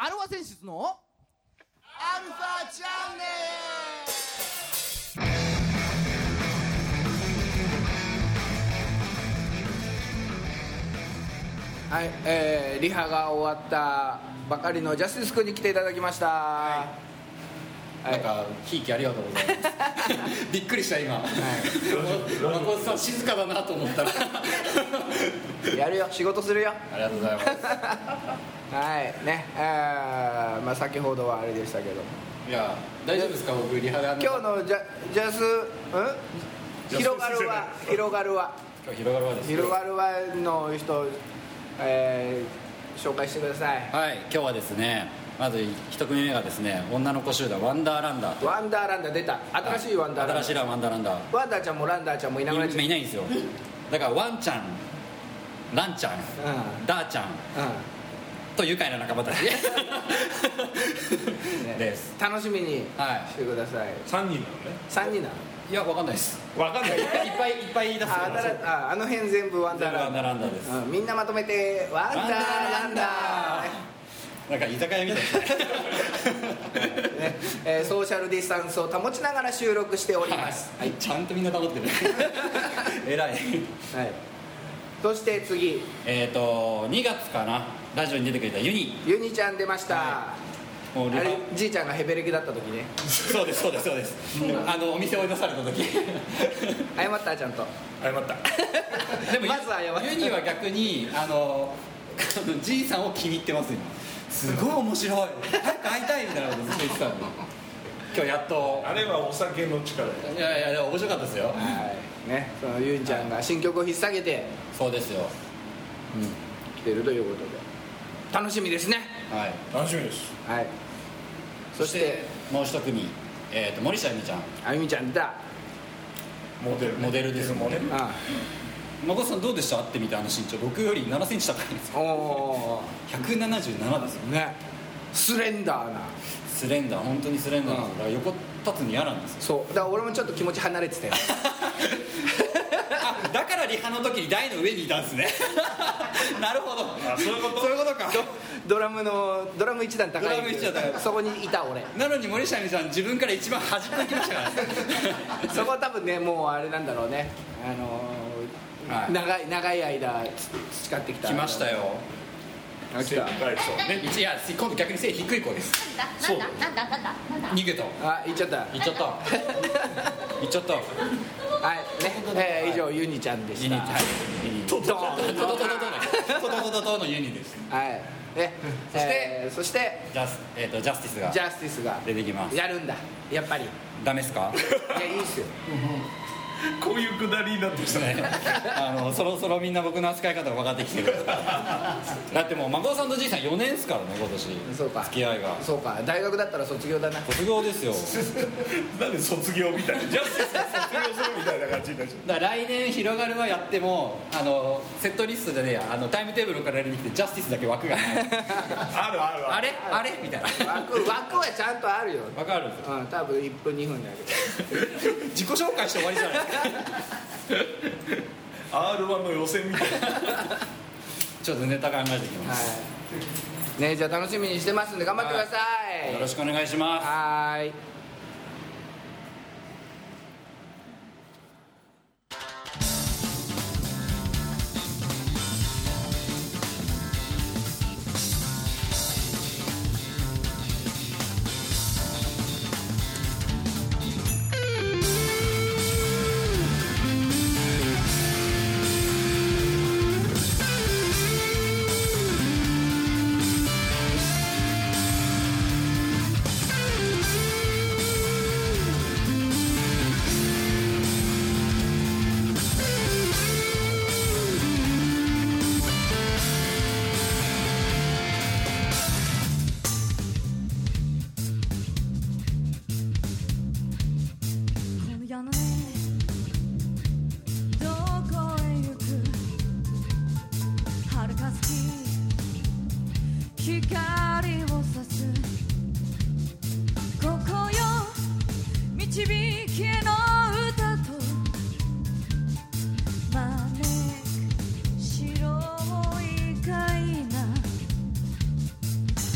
アルファセンシスのアルファチャンネル。はい、リハが終わったばかりのジャスティス君に来ていただきました。はい、 なんかひいきありがとうございますびっくりした今、誠さん静かだなと思ったらやるよ、仕事するよ。 ありがとうございますはいね、まあ先ほどはあれでしたけど、 いや大丈夫ですか、僕リハで今日のジャス広がるわです広がるわの人、紹介してください。 はい、今日はですね、まず一組目がですね、女の子集団ワンダーランダー。 ワンダーランダー出た、新しいワンダーランダー、 新しいワンダーランダー。 ワンダーちゃんもランダーちゃんもいなくなっちゃう。 いないんですよ。だからワンちゃん、ランちゃん、ダーちゃん、と愉快な仲間たちです。 楽しみにしてください。 3人なのね。 3人なの？ いや、わかんないです。 わかんない。いっぱい言い出すから。 あの辺全部ワンダーランダー。 ワンダーランダーです。 みんなまとめてワンダーランダー。 なんか居酒屋みたいね、ソーシャルディスタンスを保ちながら収録しております。 はい、ちゃんとみんな保ってる。偉い。はい。 そして次、 2月かな、ラジオに出てくれたユニちゃん出ました。もうあれじいちゃんがヘベレケだった時ね。 そうですお店を追い出された時謝った？ちゃんと謝った。 でもまず謝った。 ユニは逆にじいさんを気に入ってます今。すごい面白い、早く会いたいみたいなことずっと言ってたんで、今日やっと。 あれはお酒の力。 いや面白かったですよ。 はいね、そのユニちゃんが新曲を引っ提げて、 そうですよ、 来てるということで楽しみですね。 はい、楽しみです。 はい。そしてもう一組、森下由美ちゃん。 あゆみちゃん出た。 モデルですもんね。誠さんどうでした？会ってみて、身長僕より7センチ高いんですよ。177ですよね。スレンダーな。 本当にスレンダーなんですよ。だから横立つの嫌なんですよ。 そうだから俺もちょっと気持ち離れてたよ。 だからリハの時に台の上にいたんですね。なるほど。 そういうことか。 ドラム一段高い。 ドラム一段高い。 そこにいた俺。 なのに森下美さん自分から一番端っこに来ましたから。 そこは多分ね、もうあれなんだろうね。長い間培ってきた。 来ましたよ。 背高いそうね。 いや、今度逆に背低い子です。そう。逃げた。 行っちゃった。はいね、以上ユニちゃんでした。 トトのユニです。 はい。そしてジャスティスが出てきます。 やるんだ、やっぱり。 ダメですか？ いや、いいっすよ。 こういうくだりになってきたね。 そろそろみんな僕の扱い方が分かってきてる。だってもう誠さんとじいさん4年ですからね、今年。 そうか、 付き合いが。 そうか、大学だったら卒業だな。 卒業ですよ。 なんで卒業みたいな、ジャスティス卒業するみたいな感じになっちゃう。 だから来年広がるはやってもセットリストでね、タイムテーブルからやりに来てジャスティスだけ枠がない。あれみたいな。 枠はちゃんとあるよ。 枠あるんですよ。 多分1分2分だけど。 自己紹介して終わりじゃないですか。 R1 の予選みたいな。 ちょっとネタ考えてきます。 ね、じゃあ楽しみにしてますんで頑張ってください。 よろしくお願いします。 はい。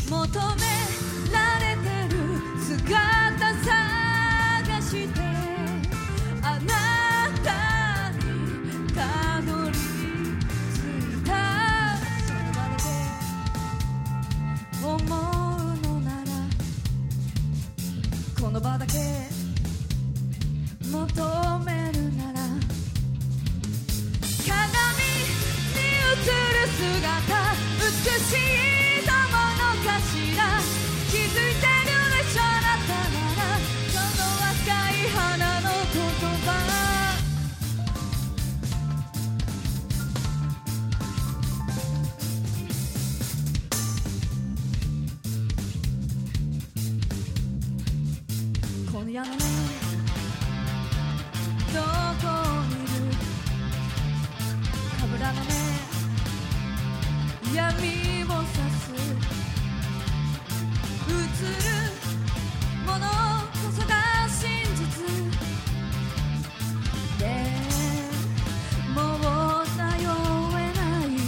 求められてる姿探してあなたにたどり着いたその場で思うのならこの場だけ求めるなら鏡に映る姿美しいとものかしら気づいてるでしょあなたならその赤い花の言葉今夜のねどこにいるかぶらのね闇を差す映るものこそが真実でもう頼れない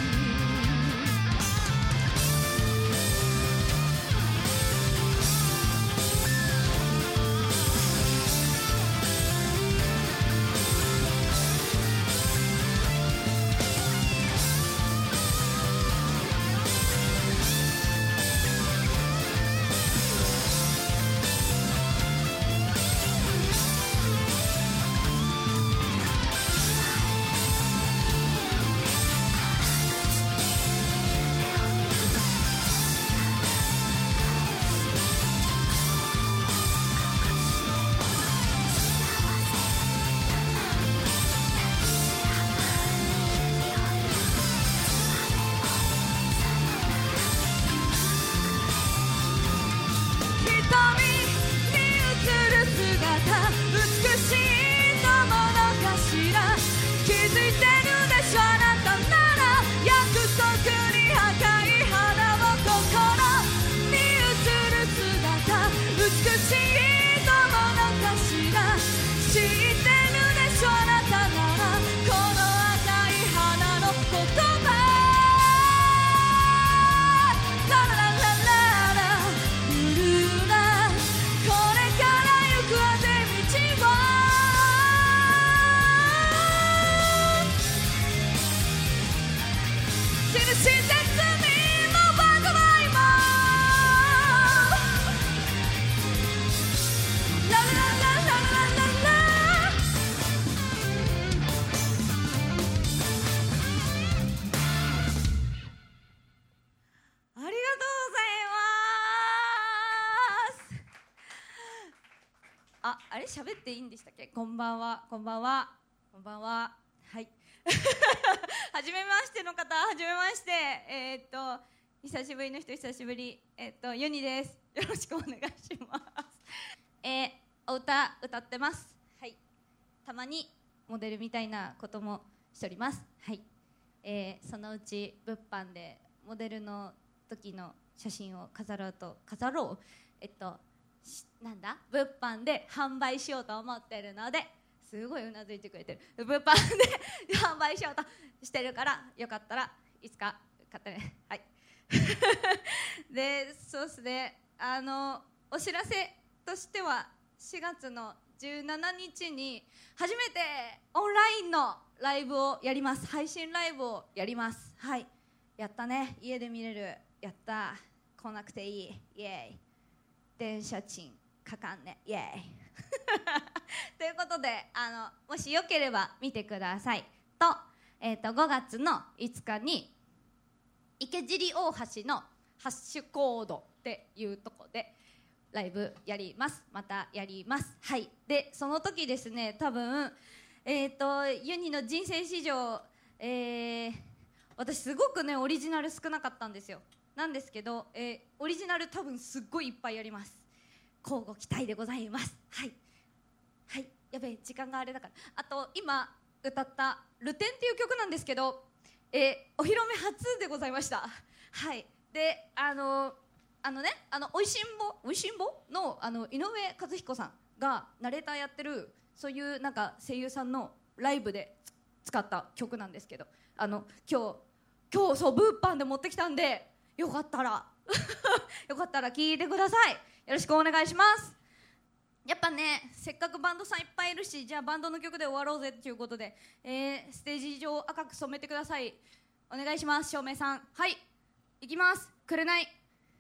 あれ喋っていいんでしたっけ。こんばんはこんばんはこんばんは。はいはじめましての方はじめまして。久しぶりの人久しぶり。ユニです。よろしくお願いしますお歌歌ってます。はい。たまにモデルみたいなこともしております。はい。そのうち物販でモデルの時の写真を飾ろうなんだ物販で販売しようと思ってるので、すごいうなずいてくれてる。物販で販売しようとしてるから、よかったらいつか買ってね。はいでそうですね、お知らせとしては4月の17日に初めてオンラインのライブをやります。配信ライブをやります。はい、やったね。家で見れる。やった。来なくていい。イエーイ。電車賃かかんね。イエーイということでもしよければ見てくださいと、5月の5日に池尻大橋のハッシュコードっていうとこでライブやります。またやります。はい。でその時ですね、多分ユニの人生史上、私すごくねオリジナル少なかったんですよ。なんですけど、オリジナル多分すっごいいっぱいやります。乞うご期待でございます。はいはい。やべえ時間があれだから、あと今歌った「ルテン」っていう曲なんですけど、お披露目初でございました。はい。でおいしんぼの井上和彦さんがナレーターやってる、そういうなんか声優さんのライブで使った曲なんですけど、今日そう物販で持ってきたんで、よかったらよかったら聴いてください。よろしくお願いします。やっぱね、せっかくバンドさんいっぱいいるし、じゃあバンドの曲で終わろうぜっていうことで、ステージ上赤く染めてください。お願いします。照明さん。はい、いきます。くれない。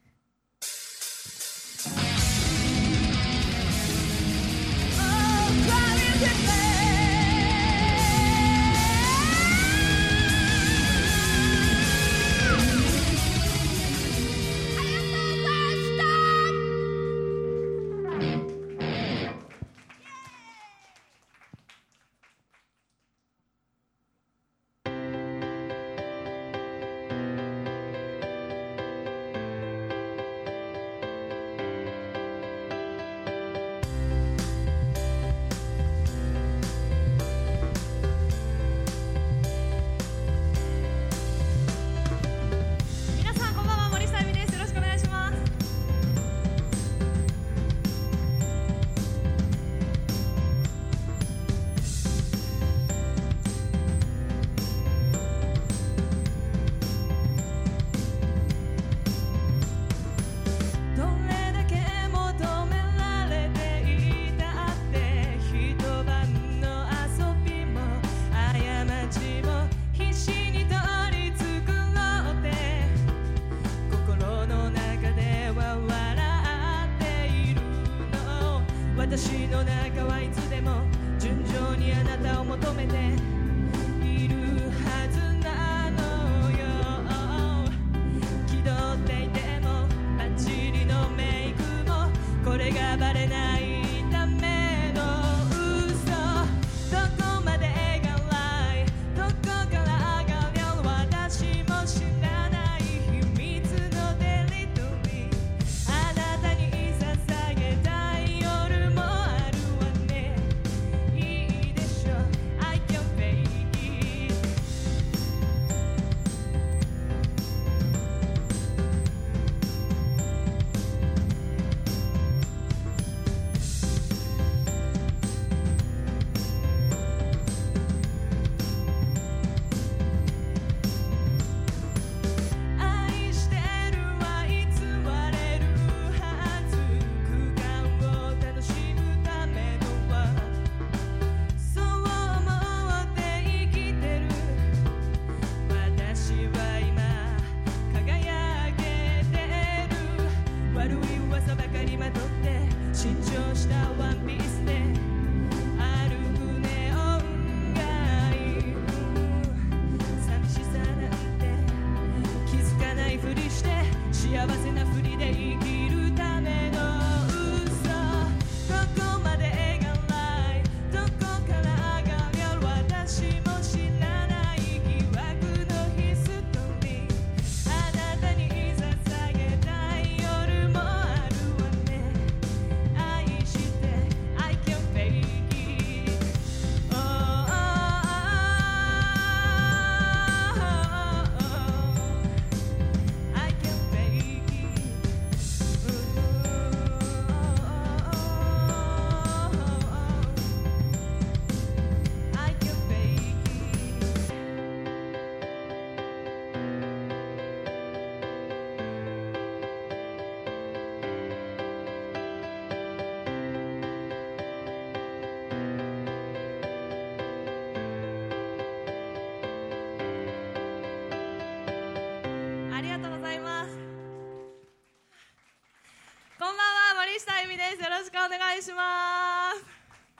私の中はいつでも順調にあなたを求めているはずなのよ。気取っていてもバッチリのメイクもこれがバレないための嘘。どこまでがライ、どこからがリアル、私も知らない秘密のテリトリー。あなたに捧げたい夜もあるわね。いいでしょ I can fake it。 愛してるは偽れるはず。空間を楽しむためのはそう思って生きてる。私は今輝けてる。悪い噂ばかりまとって新調したワンピースで歩くネオン街。寂しさなんて気づかないふりして幸せなふりで生きるための嘘。どこまでがライ、どこからがリアル、私も知らない疑惑のヒストリー。あなたに捧げたい夜もあるわね。愛して I can fake it。 Oh, oh, oh, I can fake it。 I can fake it。 ありがとうございます。こんばんは、森下由美です。よろしくお願いします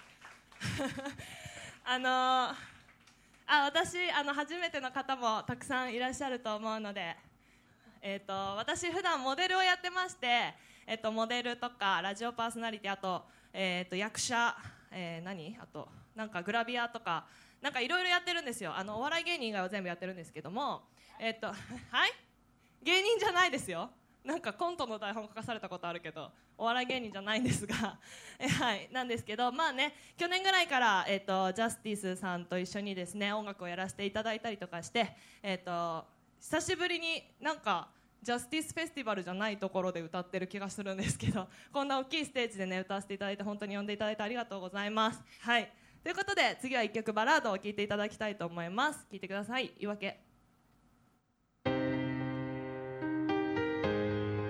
私初めての方もたくさんいらっしゃると思うので、私普段モデルをやってまして、モデルとかラジオパーソナリティ、あと、役者、あとなんかグラビアとかなんかいろいろやってるんですよ。お笑い芸人以外は全部やってるんですけども、はい、芸人じゃないですよ。なんかコントの台本書かされたことあるけどお笑い芸人じゃないんですがはい、なんですけど、まあね、去年ぐらいから、ジャスティスさんと一緒にですね音楽をやらせていただいたりとかして、久しぶりになんかジャスティスフェスティバルじゃないところで歌ってる気がするんですけど、こんな大きいステージでね歌わせていただいて本当に呼んでいただいてありがとうございます。はい、ということで次は1曲バラードを聴いていただきたいと思います。聴いてください。言い訳。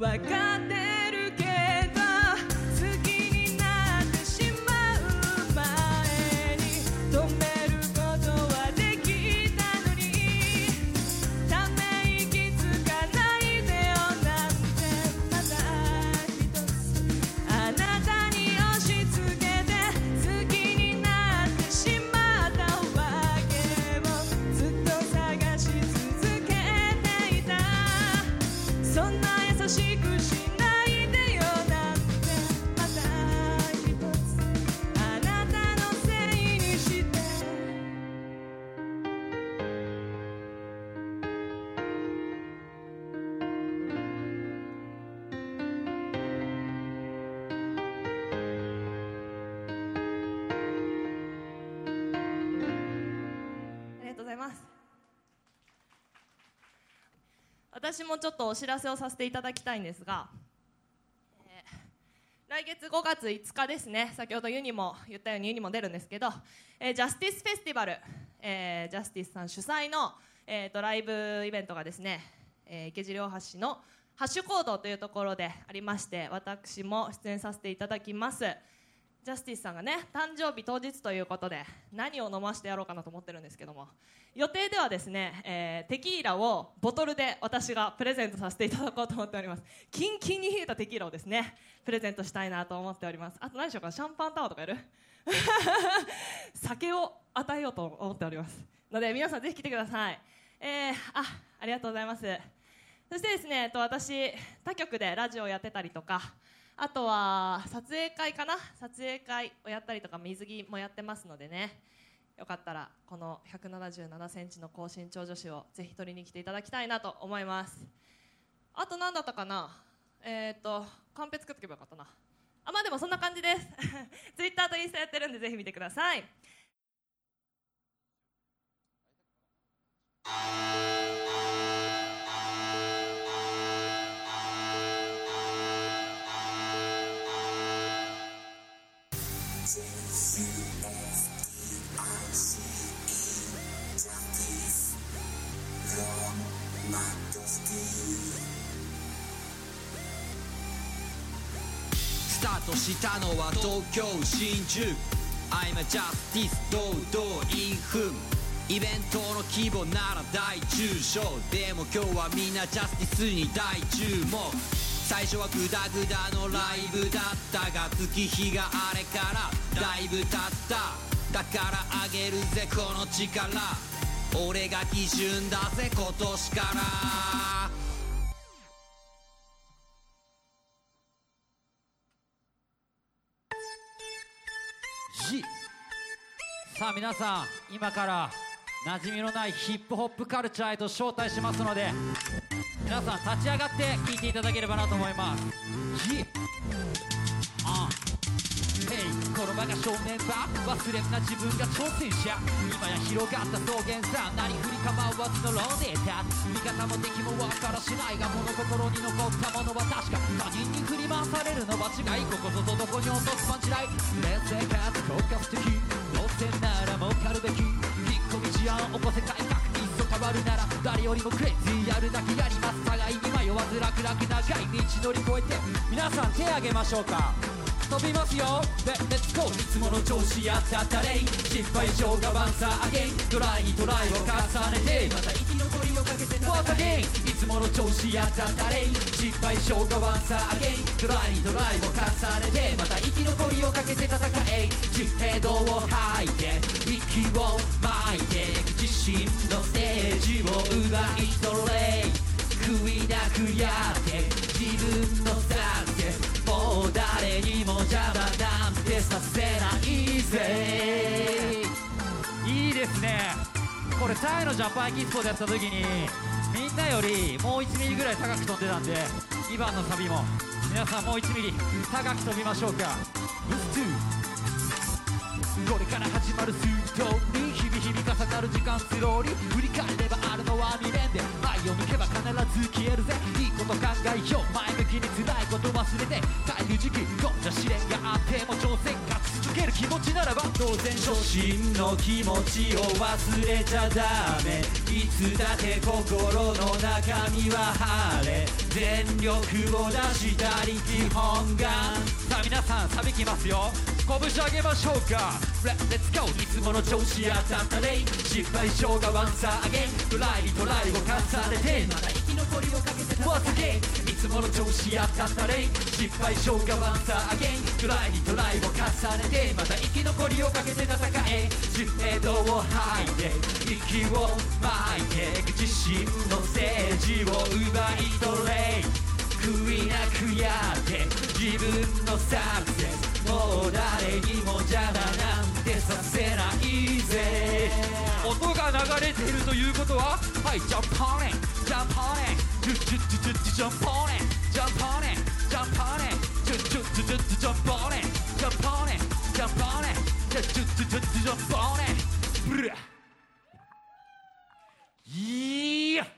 分かってるけど好きになってしまう前に止めることはできたのにため息つかないでよなんてまた一つあなたに押し付けて好きになってしまったわけをずっと探し続けていたそんな優しくしないでよなんてまた一つあなたのせいにしてありがとうございます。私もちょっとお知らせをさせていただきたいんですが、来月5月5日ですね、先ほどユニも言ったようにユニも出るんですけど、ジャスティスフェスティバル、ジャスティスさん主催の、ライブイベントがですね、池尻大橋のハッシュコードというところでありまして、私も出演させていただきます。ジャスティスさんがね、誕生日当日ということで何を飲ませてやろうかなと思ってるんですけども、予定ではですね、テキーラをボトルで私がプレゼントさせていただこうと思っております。キンキンに冷えたテキーラをですねプレゼントしたいなと思っております。あと何でしょうか、シャンパンタワーとかやる酒を与えようと思っておりますので、皆さんぜひ来てください。ありがとうございます。そしてですね、私他局でラジオをやってたりとか、あとは撮影会をやったりとか、水着もやってますのでね、よかったらこの177センチの高身長女子をぜひ取りに来ていただきたいなと思います。あと何だったかな、カンペ作っとけばよかったな。まあでもそんな感じですツイッターとインスタやってるんでぜひ見てください。 スタートしたのは東京新宿 I'm a justice 堂々インフンイベントの規模なら大中小でも今日はみんなジャスティスに大注目。最初はグダグダのライブだったが月日があれからだいぶ経った。だからあげるぜこの力、俺が基準だぜ今年から。 さあ皆さん、今から馴染みのないヒップホップカルチャーへと招待しますので、皆さん立ち上がって聴いていただければなと思います。この場が正念場、忘れんな自分が挑戦者。今や広がった草原さ、何振り構わずのローデータ。味方も敵も分からしないが物心に残ったものは確か。他人に振り回されるのは違い、ここぞとどこに落とすパンチライン。冷静かつ効果不的、当然なら儲かるべき。引っ込み思案起こせ改革、いっそ変わるなら誰よりもクレイジーやるだけやります。互いに迷わず楽々長い道乗り越えて、皆さん手挙げましょうか。飛びますよ、レッツゴー。いつもの調子やったったれい、失敗症がワンサーアゲイン。トライにトライを重ねてまた生き残りをかけてフォートゲイン。いつもの調子やったったれい、失敗症がワンサーアゲイン。トライにトライを重ねてまた生き残りをかけて戦え。地平道を吐いて息を巻いて自身のステージを奪い取れ。悔いなくやって自分のスタンス、もう誰にも邪魔なんてさせないぜ。 いいですね。これタイのジャパンエキスポでやった時にみんなよりもう1ミリぐらい高く飛んでたんで、2番のサビも皆さんもう1ミリ高く飛びましょうか。これから始まるストーリー、日々日々重なる時間スローリー。振り返ればあるのは未練で、前を向けば必ず消えるぜ。いいこと考えよう、前向きに辛いこと忘れて耐える時期、どんな試練があっても挑戦勝ち続ける気持ちならば当然。 初心の気持ちを忘れちゃダメ、いつだって心の中身は晴れ全力を出したり基本がさあ皆さんサビきますよ拳上げましょうか Let's go いつもの調子やったったれ失敗しようがワンサーアゲントライを重ねてまだ生き残りをかけてOnce again いつもの調子やったったれ失敗しようがワンサーアゲントライを重ねてまた生き残りをかけて戦えジュヘッドを吐いて息を巻いて自身のステージを奪い取れ悔いなくやって自分のサクセスもう誰にも邪魔なんてさせないぜ音が流れているということははいジャンプオンねジャンプオンねジャンプオンねジャンプオンねジャンプオンねジャンプオンねジャンプオンねジャンプオンねジャンプオンねブラいや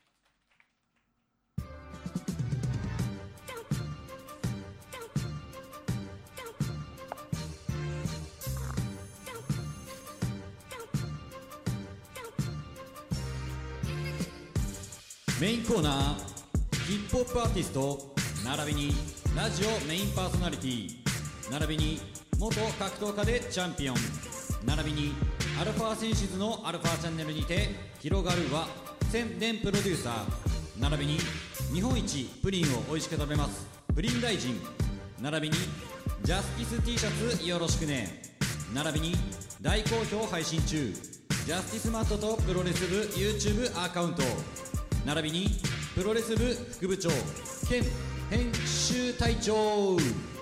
メインコーナーヒップホップアーティスト並びにラジオメインパーソナリティ並びに元格闘家でチャンピオン並びにアルファセンシズのアルファチャンネルにて広がるは宣伝プロデューサー並びに日本一プリンを美味しく食べますプリン大臣並びにジャスティス T シャツよろしくね並びに大好評配信中ジャスティスマットとプロレス部 YouTube アカウント並びにプロレス部副部長兼編集隊長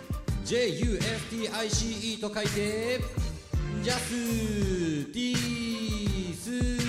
JUSTICE と書いてジャスティス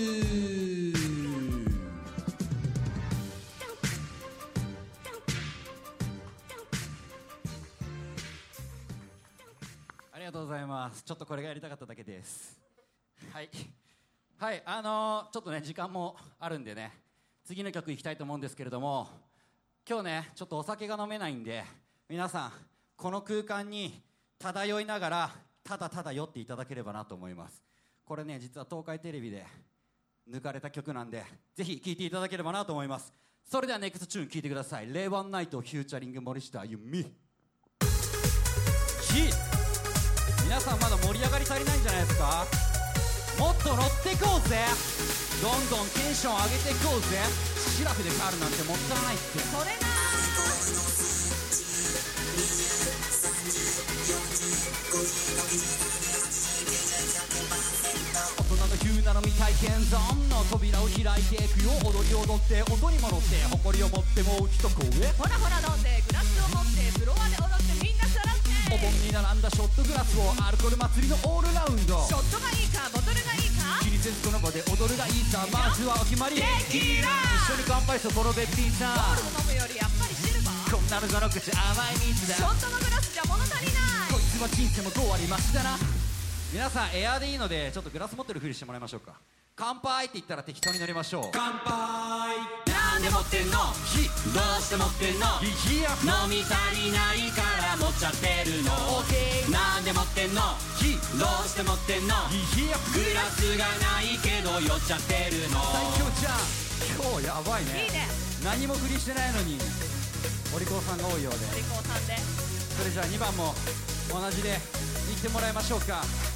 ありがとうございます。ちょっとこれがやりたかっただけです。はいはい、ちょっとね時間もあるんでね次の曲いきたいと思うんですけれども今日ねちょっとお酒が飲めないんで皆さんこの空間に漂いながらただただ酔っていただければなと思います。これね実は東海テレビで抜かれた曲なんでぜひ聴いていただければなと思います。それではネクストチューン聴いてください。レイワンナイトフューチャリング森下あゆみ。皆さんまだ盛り上がり足りないんじゃないですか。もっと乗っていこうぜ。どんどんテンション上げていこうぜ。シラフで変わるなんてもったいないって。 それな大人のヒューナの未体験ゾーンの扉を開いていくよ。踊り踊って音にも乗って誇りを持ってもう一声。 ほらほら飲んでグラスを持ってフロアで踊ってみんなさらってお盆に並んだショットグラスをアルコール祭りのオールラウンド。 ショットがいいかボトルがいいか気にせずこの場で踊るがいいさ。まずはお決まりテキーラ一緒に乾杯そこのベッピーさん。 ボールを飲むよりやっぱりシルバー。 こんなのその口甘い蜜だ。 ショットのグラスじゃ物足りない。 こいつは人生も5割増しだな。皆さんエアーでいいのでちょっとグラス持ってるふりしてもらいましょうか。乾杯って言ったら適当に乗りましょう。 乾杯なんで持ってんのどうして持ってんの飲み足りないから持っちゃってるの。なんで持ってんのどうして持ってんのグラスがないけど酔っちゃってるの。最強ちゃん今日やばいね。 いいね。 何も振りしてないのにお利口さんが多いようで。 お利口さんでそれじゃあ2番も同じでいってもらいましょうか。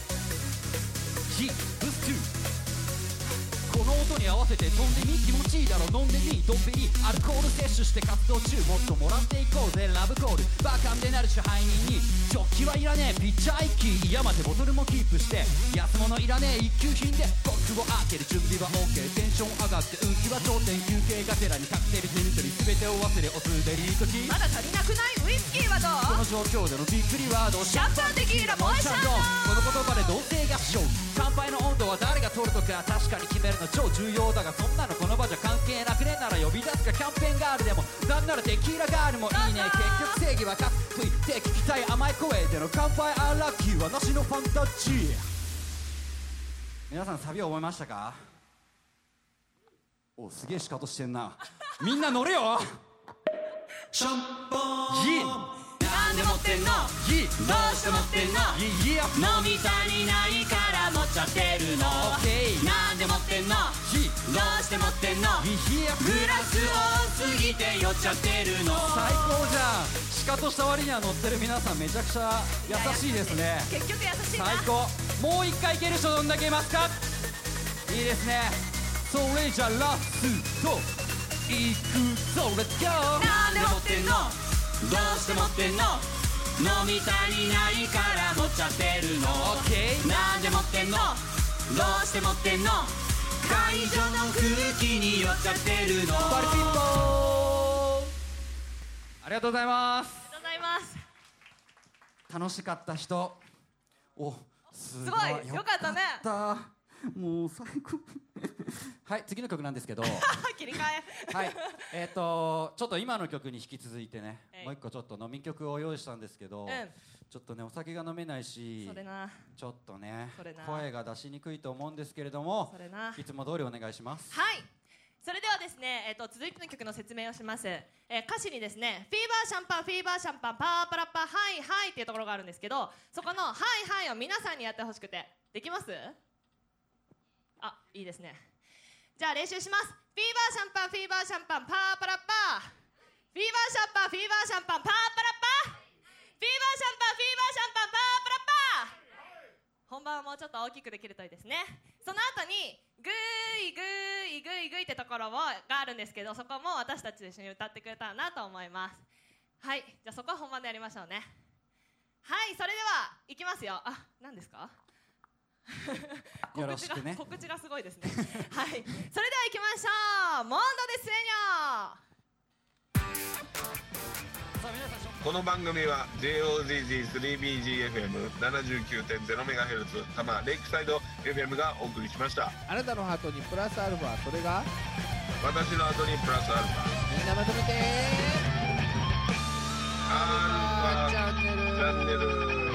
ブス2この音に合わせて飛んでみ気持ちいいだろ飲んでみドンペリアルコール摂取して活動中もっともらっていこうぜラブコールバカンでなる支配人にジョッキはいらねえピッチャー一気山でボトルもキープして安物いらねえ一級品でコックを開ける準備は OK テンション上がって運気は頂点休憩がてらにカクテル手に取り全てを忘れおすでり時まだ足りなくないウイスキーはどう。 この状況でのびっくりワードシャンパンテキーラ燃えちゃうの。 この言葉で同性合唱乾杯の温度は誰が取るとか確かに決めるの超重要だがそんなのこの場じゃ関係なくねなら呼び出すかキャンペーンガールでもなんならテキーラガールもいいね。結局正義はかっこいいって聞きたい甘い声での乾杯アラッキーはなしのファンタジー。皆さんサビ覚えましたか。おすげえシカトしてんなみんな乗れよシャンパンなんなんで持ってんの、どうして持ってんの、飲み足りないから持っちゃってるの、なんで持ってんの、どうして持ってんの、グラス多すぎて酔っちゃってるの。 最高じゃん。シカとした割には乗ってる皆さんめちゃくちゃ優しいですね。 結局優しいな。 最高。もう一回いける人どんだけいますか。いいですね。それじゃラストいくぞ、レッツゴー。 なんで持ってんの、どうして持ってんの、飲み足りないから持っちゃってるの、なんで持ってんの、どうして持ってんの、会場の空気に酔っちゃってるの。 パリピンポー。ありがとうございます。 ありがとうございます。 楽しかった人。お、すごいよかったね。 もう最高。はい、次の曲なんですけど切り替え。 はい、ちょっと今の曲に引き続いてね、もう一個ちょっと飲み曲を用意したんですけど、ちょっとねお酒が飲めないし、ちょっとね声が出しにくいと思うんですけれども、いつも通りお願いします。 はい、それではですね、続いての曲の説明をします。歌詞にですね、フィーバーシャンパンフィーバーシャンパンパーパラッパはいはいっていうところがあるんですけど、そこのはいはいを皆さんにやってほしくて、できます？あ、いいですね。じゃあ練習します。フィーバーシャンパンフィーバーシャンパンパーパラッパ、フィーバーシャンパンフィーバーシャンパンパーパラッパ、フィーバーシャンパンフィーバーシャンパンパーパラッパ。本番はもうちょっと大きくできるといいですね。その後にグーイグーイグーイグーイってところがあるんですけど、そこも私たちと一緒に歌ってくれたらなと思います。はい、じゃあそこは本番でやりましょうね。はい、それではいきますよ。あ、何ですか？ よろしくね。 告知がすごいですね。はい、それでは行きましょう。モンドデスエニョ。 この番組は JOZZ3BGFM79.0MHz 多摩レイクサイド FM がお送りしました。 あなたのハートにプラスアルファ、それが私の後にプラスアルファ、 みんなまとめてアルファチャンネル